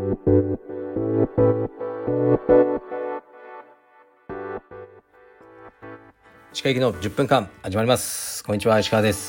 石川行きの10分間始まります。こんにちは、石川です。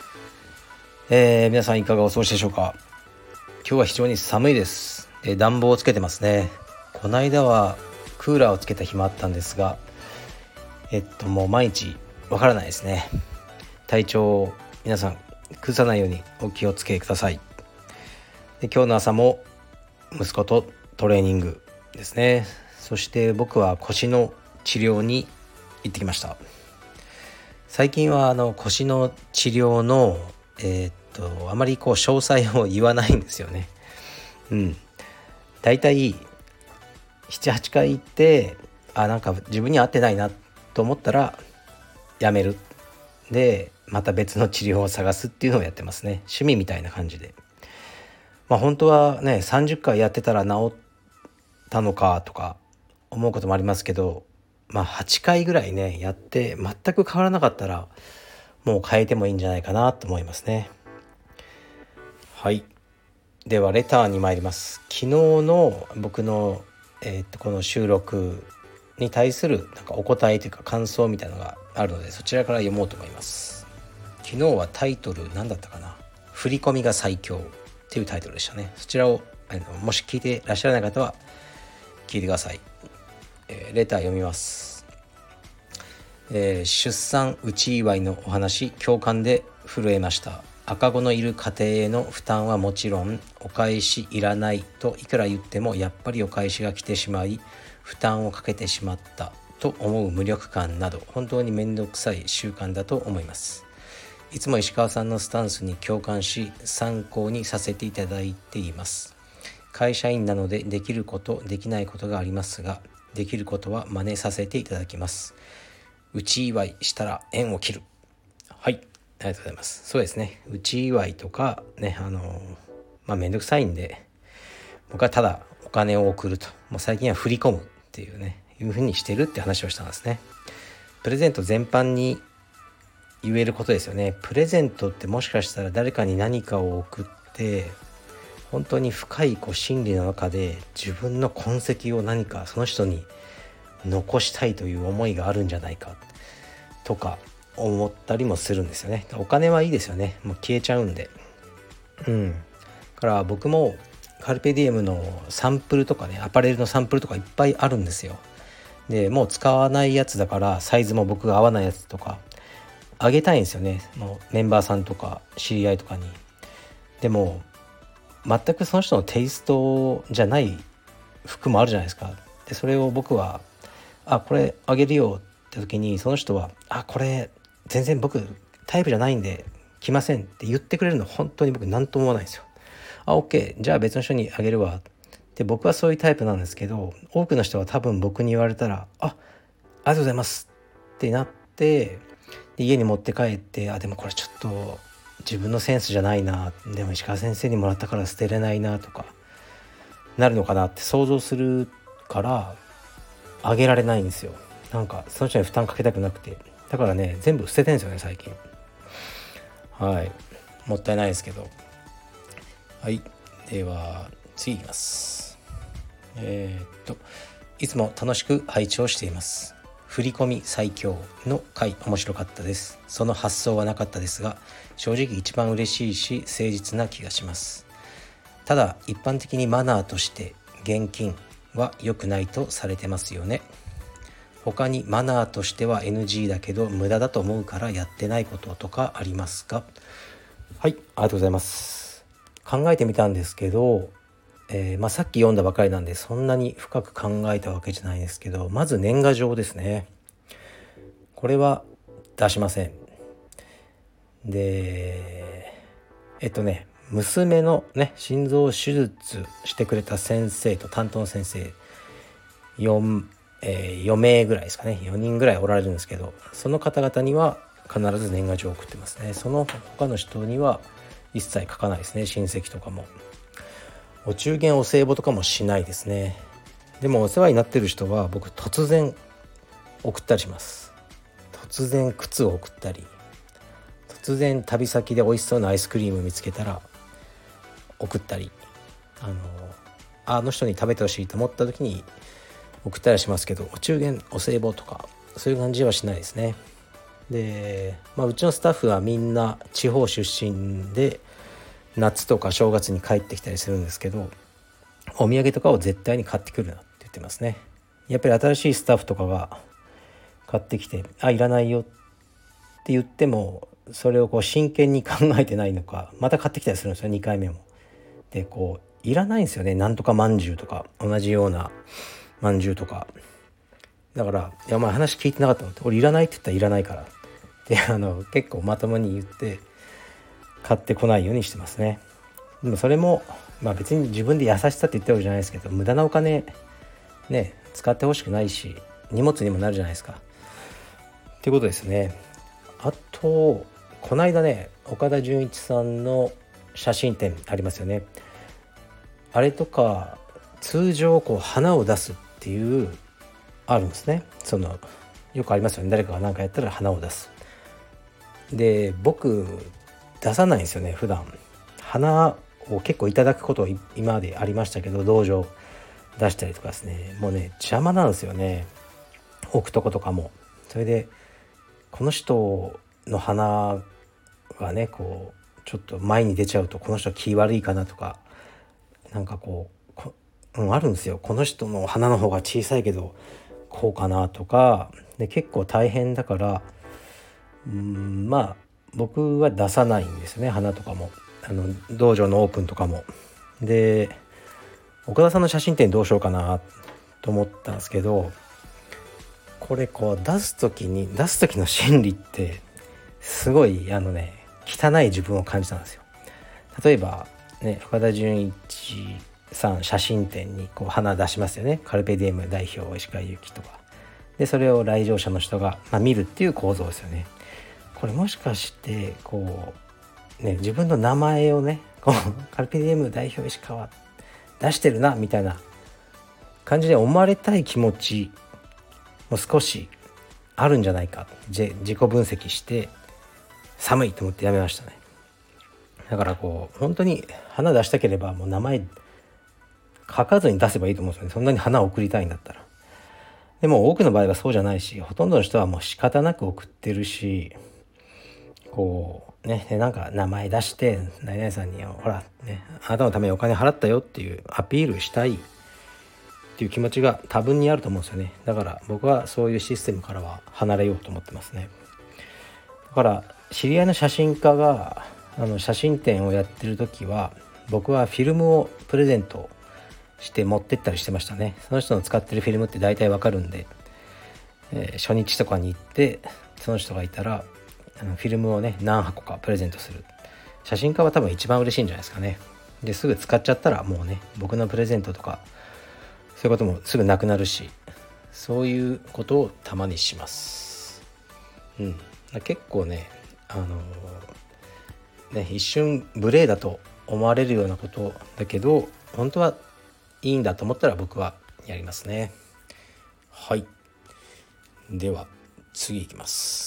皆さんいかがお過ごしでしょうか。今日は非常に寒いです。暖房をつけてますね。この間はクーラーをつけた日もあったんですが、もう毎日わからないですね。体調を皆さん崩さないようにお気をつけください。で、今日の朝も息子とトレーニングですね。そして僕は腰の治療に行ってきました。最近は腰の治療のあまり詳細を言わないんですよね。だいたい 7,8 回行ってなんか自分に合ってないなと思ったらやめる。でまた別の治療を探すっていうのをやってますね。趣味みたいな感じで。本当はね30回やってたら治ったのかとか思うこともありますけど、8回ぐらいねやって全く変わらなかったらもう変えてもいいんじゃないかなと思いますね。はい、ではレターに参ります。昨日の僕の、この収録に対するなんかお答えというか感想みたいなのがあるので、そちらから読もうと思います。昨日はタイトル何だったかな、振り込みが最強っていうタイトルでしたね。そちらをもし聞いてらっしゃらない方は聞いてください。レター読みます。出産内祝いのお話、共感で震えました。赤子のいる家庭への負担はもちろん、お返しいらないといくら言ってもやっぱりお返しが来てしまい、負担をかけてしまったと思う無力感など、本当に面倒くさい習慣だと思います。いつも石川さんのスタンスに共感し、参考にさせていただいています。会社員なのでできることできないことがありますが、できることは真似させていただきます。内祝いしたら縁を切る。はい、ありがとうございます。そうですね、内祝いとかね、めんどくさいんで、僕はただお金を送ると、もう最近は振り込むっていうね、いう風にしてるって話をしたんですね。プレゼント全般に言えることですよね。プレゼントってもしかしたら誰かに何かを送って本当に深い心理の中で自分の痕跡を何かその人に残したいという思いがあるんじゃないかとか思ったりもするんですよね。お金はいいですよね。もう消えちゃうんで。だから僕もカルペディエムのサンプルとかね、アパレルのサンプルとかいっぱいあるんですよ。でもう使わないやつだからサイズも僕が合わないやつとかあげたいんですよね。もうメンバーさんとか知り合いとかに。でも全くその人のテイストじゃない服もあるじゃないですか。でそれを僕はこれあげるよって時に、その人はこれ全然僕タイプじゃないんで着ませんって言ってくれるの本当に僕何とも思わないんですよ。OK、 じゃあ別の人にあげるわで、僕はそういうタイプなんですけど、多くの人は多分僕に言われたらありがとうございますってなって、で家に持って帰ってでもこれちょっと自分のセンスじゃないな、でも石川先生にもらったから捨てれないなとかなるのかなって想像するからあげられないんですよ。なんかその人に負担かけたくなくて、だからね全部捨ててんですよね最近。はい、もったいないですけど。はい、では次いきます。いつも楽しく拝聴しています。振り込み最強の回面白かったです。その発想はなかったですが、正直一番嬉しいし誠実な気がします。ただ一般的にマナーとして現金は良くないとされてますよね。他にマナーとしては NG だけど無駄だと思うからやってないこととかありますか？はい、ありがとうございます。考えてみたんですけど、さっき読んだばかりなんでそんなに深く考えたわけじゃないですけど、まず年賀状ですね。これは出しません。で娘のね心臓手術してくれた先生と担当の先生4名ぐらいですかね、4人ぐらいおられるんですけど、その方々には必ず年賀状を送ってますね。その他の人には一切書かないですね。親戚とかもお中元お歳暮とかもしないですね。でもお世話になってる人は僕突然送ったりします。突然靴を送ったり、突然旅先で美味しそうなアイスクリーム見つけたら送ったり、 あの人に食べてほしいと思った時に送ったりしますけど、お中元お歳暮とかそういう感じはしないですね。で、うちのスタッフはみんな地方出身で夏とか正月に帰ってきたりするんですけど、お土産とかを絶対に買ってくるなって言ってますね。やっぱり新しいスタッフとかが買ってきていらないよって言っても、それをこう真剣に考えてないのかまた買ってきたりするんですよ、2回目も。でいらないんですよね、なんとかまんじゅうとか同じようなまんじゅうとか。だから「いやお前話聞いてなかったの?」って、俺いらないって言ったらいらないからって結構まともに言って買ってこないようにしてますね。でもそれも別に自分で優しさって言ってるわけじゃないですけど、無駄なお金ね使ってほしくないし、荷物にもなるじゃないですかってことですね。あとこの間ね、岡田准一さんの写真展ありますよね。あれとか通常花を出すっていうあるんですね。よくありますよね、誰かが何かやったら花を出す。で僕出さないんですよね普段。花を結構いただくこと今までありましたけど、道場出したりとかですね、もうね邪魔なんですよね、置くとことかも。それでこの人の花がねちょっと前に出ちゃうと、この人気悪いかなとか、なんかあるんですよ。この人の花の方が小さいけどこうかなとかで、結構大変だから僕は出さないんですね、花とかも。道場のオープンとかも。で岡田さんの写真展どうしようかなと思ったんですけど、これ出す時の心理ってすごい汚い自分を感じたんですよ。例えばね、岡田准一さん写真展に花出しますよね。カルペディエム代表石川祐希とかで、それを来場者の人が、見るっていう構造ですよね。これもしかして自分の名前をねカルペディエム代表石川出してるなみたいな感じで思われたい気持ちも少しあるんじゃないか、自己分析して寒いと思ってやめましたね。だから本当に花出したければもう名前書かずに出せばいいと思うんですよね、そんなに花を送りたいんだったら。でも多くの場合はそうじゃないし、ほとんどの人はもう仕方なく送ってるし、なんか名前出して何々さんにほらね、あなたのためにお金払ったよっていうアピールしたいっていう気持ちが多分にあると思うんですよね。だから僕はそういうシステムからは離れようと思ってますね。だから知り合いの写真家が写真展をやってる時は、僕はフィルムをプレゼントして持ってったりしてましたね。その人の使ってるフィルムって大体わかるんで、初日とかに行ってその人がいたらフィルムをね何箱かプレゼントする。写真家は多分一番嬉しいんじゃないですかね。ですぐ使っちゃったらもうね、僕のプレゼントとかそういうこともすぐなくなるし、そういうことをたまにします。結構ね一瞬無礼だと思われるようなことだけど、本当はいいんだと思ったら僕はやりますね。はい、では次いきます。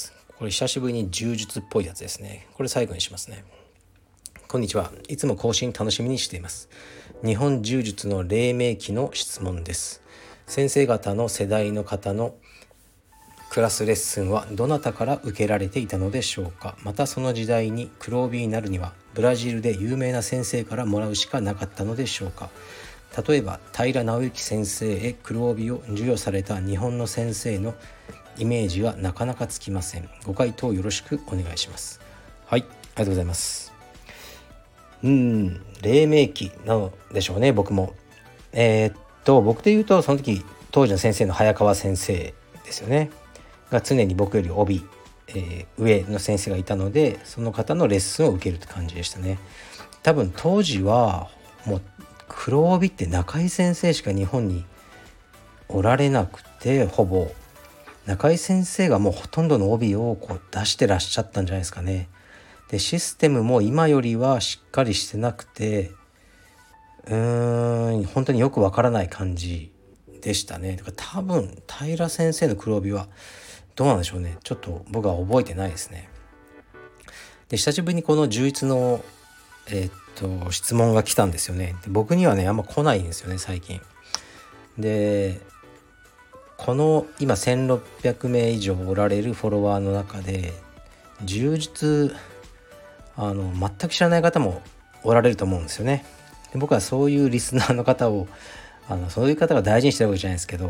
これ久しぶりに柔術っぽいやつですね。これ最後にしますね。こんにちは。いつも更新楽しみにしています。日本柔術の黎明期の質問です。先生方の世代の方のクラスレッスンはどなたから受けられていたのでしょうか。またその時代に黒帯になるにはブラジルで有名な先生からもらうしかなかったのでしょうか。例えば平直之先生へ黒帯を授与された日本の先生のイメージはなかなかつきません。ご回答よろしくお願いします。はい、ありがとうございます。黎明期なのでしょうね。僕も僕で言うとその時当時の先生の早川先生ですよねが常に僕より帯、上の先生がいたので、その方のレッスンを受けるって感じでしたね。多分当時はもう黒帯って中井先生しか日本におられなくて、ほぼ中井先生がもうほとんどの帯を出してらっしゃったんじゃないですかね。でシステムも今よりはしっかりしてなくて本当によくわからない感じでしたね。だから多分平先生の黒帯はどうなんでしょうね。ちょっと僕は覚えてないですね。で久しぶりにこの充実の質問が来たんですよね。で僕にはねあんま来ないんですよね最近。でこの今1600名以上おられるフォロワーの中で柔術全く知らない方もおられると思うんですよね。で僕はそういうリスナーの方をそういう方が大事にしてるわけじゃないですけど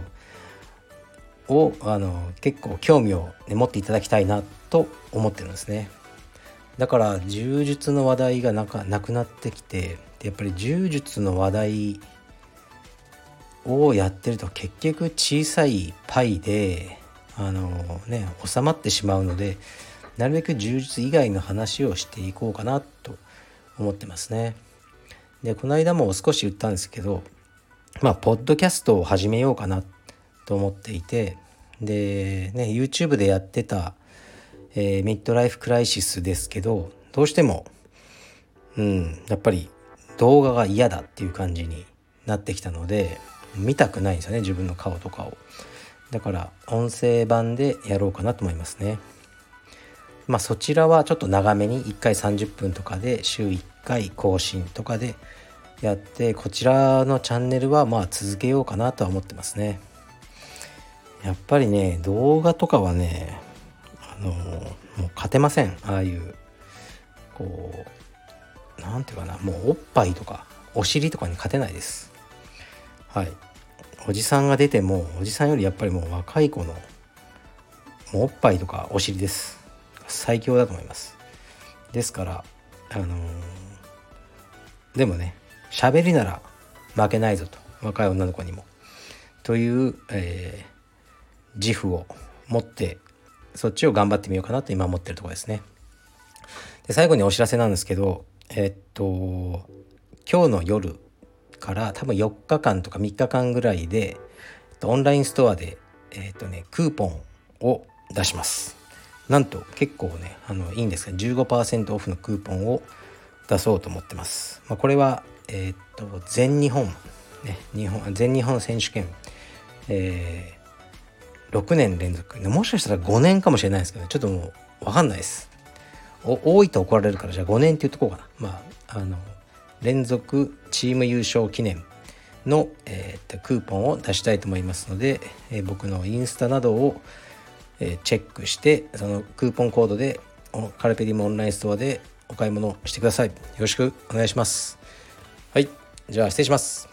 結構興味を、ね、持っていただきたいなと思ってるんですね。だから柔術の話題がなくなってきて、でやっぱり柔術の話題をやってると結局小さいパイで収まってしまうので、なるべく柔術以外の話をしていこうかなと思ってますね。でこの間も少し言ったんですけど、ポッドキャストを始めようかなと思っていて、でね YouTube でやってた、ミッドライフクライシスですけど、どうしてもやっぱり動画が嫌だっていう感じになってきたので、見たくないんですよね自分の顔とかを。だから音声版でやろうかなと思いますね。そちらはちょっと長めに1回30分とかで週1回更新とかでやって、こちらのチャンネルは続けようかなとは思ってますね。やっぱりね動画とかはねもう勝てません。ああいうなんていうかな、もうおっぱいとかお尻とかに勝てないです。はい。おじさんが出てもおじさんよりやっぱりもう若い子のもうおっぱいとかお尻です。最強だと思います。ですからでもね喋りなら負けないぞと、若い女の子にもという、自負を持ってそっちを頑張ってみようかなと今思ってるところですね。で最後にお知らせなんですけど、今日の夜から多分4日間とか3日間ぐらいでオンラインストアでクーポンを出します。なんと結構ねいいんですが 15% オフのクーポンを出そうと思ってます。これは全日本全日本選手権、6年連続、もしかしたら5年かもしれないですけど、ちょっともう分かんないです。多いと怒られるからじゃあ5年って言っとこうかな。連続チーム優勝記念の、クーポンを出したいと思いますので、僕のインスタなどを、チェックしてそのクーポンコードでカルペディウムオンラインストアでお買い物してください。よろしくお願いします。はい、じゃあ失礼します。